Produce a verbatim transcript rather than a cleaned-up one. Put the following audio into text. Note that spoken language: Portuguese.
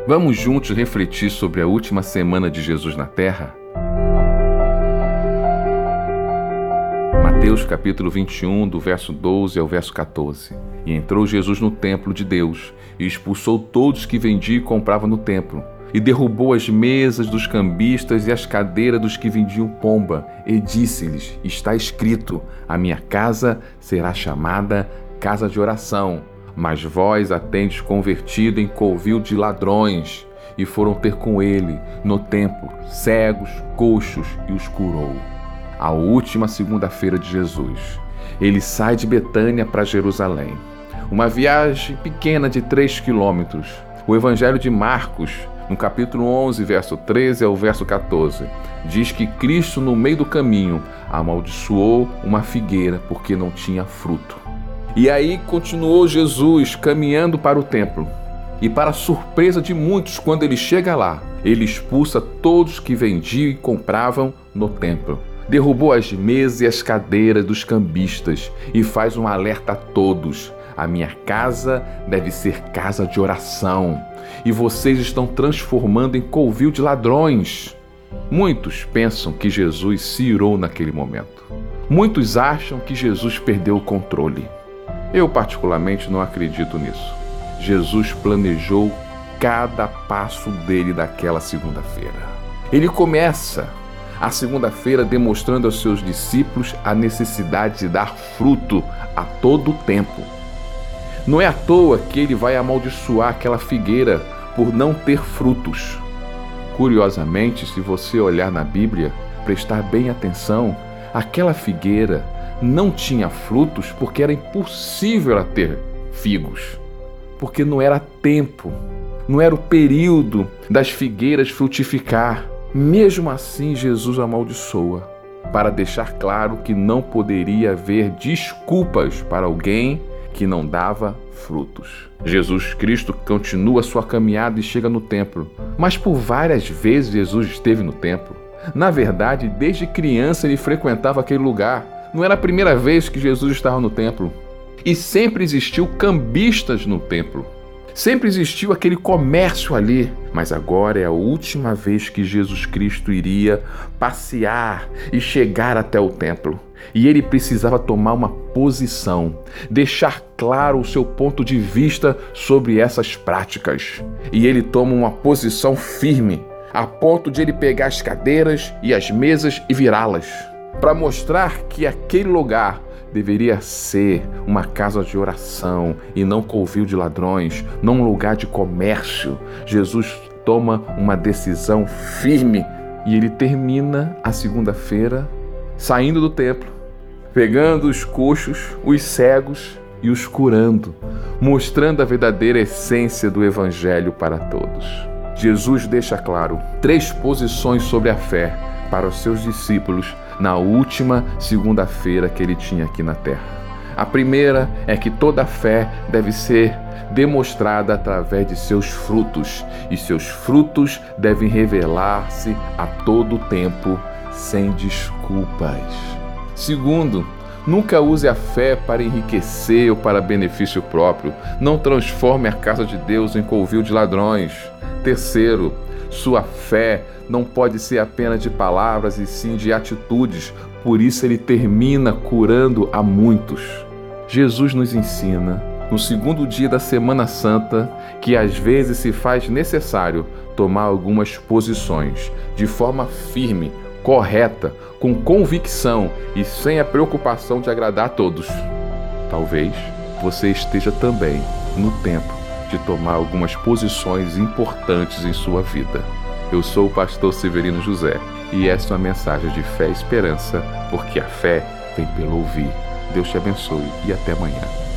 Vamos juntos refletir sobre a última semana de Jesus na Terra? Mateus capítulo vinte e um, do verso doze ao verso quatorze. E entrou Jesus no templo de Deus, e expulsou todos que vendiam e compravam no templo, e derrubou as mesas dos cambistas e as cadeiras dos que vendiam pomba, e disse-lhes: está escrito, a minha casa será chamada casa de oração, mas vós a tendes convertido em covil de ladrões. E foram ter com ele no templo cegos, coxos, e os curou. A última segunda-feira de Jesus, ele sai de Betânia para Jerusalém. Uma viagem pequena de três quilômetros. O Evangelho de Marcos, no capítulo onze, verso treze ao verso quatorze, diz que Cristo, no meio do caminho, amaldiçoou uma figueira porque não tinha fruto. E aí continuou Jesus caminhando para o templo. E para a surpresa de muitos, quando ele chega lá, ele expulsa todos que vendiam e compravam no templo. Derrubou as mesas e as cadeiras dos cambistas e faz um alerta a todos: a minha casa deve ser casa de oração, e vocês estão transformando em covil de ladrões. Muitos pensam que Jesus se irou naquele momento. Muitos acham que Jesus perdeu o controle. Eu particularmente não acredito nisso. Jesus planejou cada passo dele daquela segunda-feira. Ele começa a segunda-feira demonstrando aos seus discípulos a necessidade de dar fruto a todo tempo. Não é à toa que ele vai amaldiçoar aquela figueira por não ter frutos. Curiosamente, se você olhar na Bíblia, prestar bem atenção, aquela figueira não tinha frutos porque era impossível ela ter figos, porque não era tempo, não era o período das figueiras frutificar. Mesmo assim, Jesus amaldiçoa, para deixar claro que não poderia haver desculpas para alguém que não dava frutos. Jesus Cristo continua sua caminhada e chega no templo, mas por várias vezes Jesus esteve no templo. Na verdade, desde criança ele frequentava aquele lugar. Não era a primeira vez que Jesus estava no templo. E sempre existiu cambistas no templo. Sempre existiu aquele comércio ali. Mas agora é a última vez que Jesus Cristo iria passear e chegar até o templo. E ele precisava tomar uma posição, deixar claro o seu ponto de vista sobre essas práticas. E ele toma uma posição firme, a ponto de ele pegar as cadeiras e as mesas e virá-las, para mostrar que aquele lugar deveria ser uma casa de oração e não covil de ladrões, não um lugar de comércio. Jesus toma uma decisão firme e ele termina a segunda-feira saindo do templo, pegando os coxos, os cegos e os curando, mostrando a verdadeira essência do Evangelho para todos. Jesus deixa claro três posições sobre a fé para os seus discípulos na última segunda-feira que ele tinha aqui na terra. A primeira é que toda fé deve ser demonstrada através de seus frutos, e seus frutos devem revelar-se a todo tempo, sem desculpas. Segundo, nunca use a fé para enriquecer ou para benefício próprio. Não transforme a casa de Deus em covil de ladrões. Terceiro, sua fé não pode ser apenas de palavras e sim de atitudes. Por isso ele termina curando a muitos. Jesus nos ensina, no segundo dia da Semana Santa, que às vezes se faz necessário tomar algumas posições de forma firme, correta, com convicção e sem a preocupação de agradar a todos. Talvez você esteja também no tempo de tomar algumas posições importantes em sua vida. Eu sou o pastor Severino José e esta é uma mensagem de fé e esperança, porque a fé vem pelo ouvir. Deus te abençoe e até amanhã.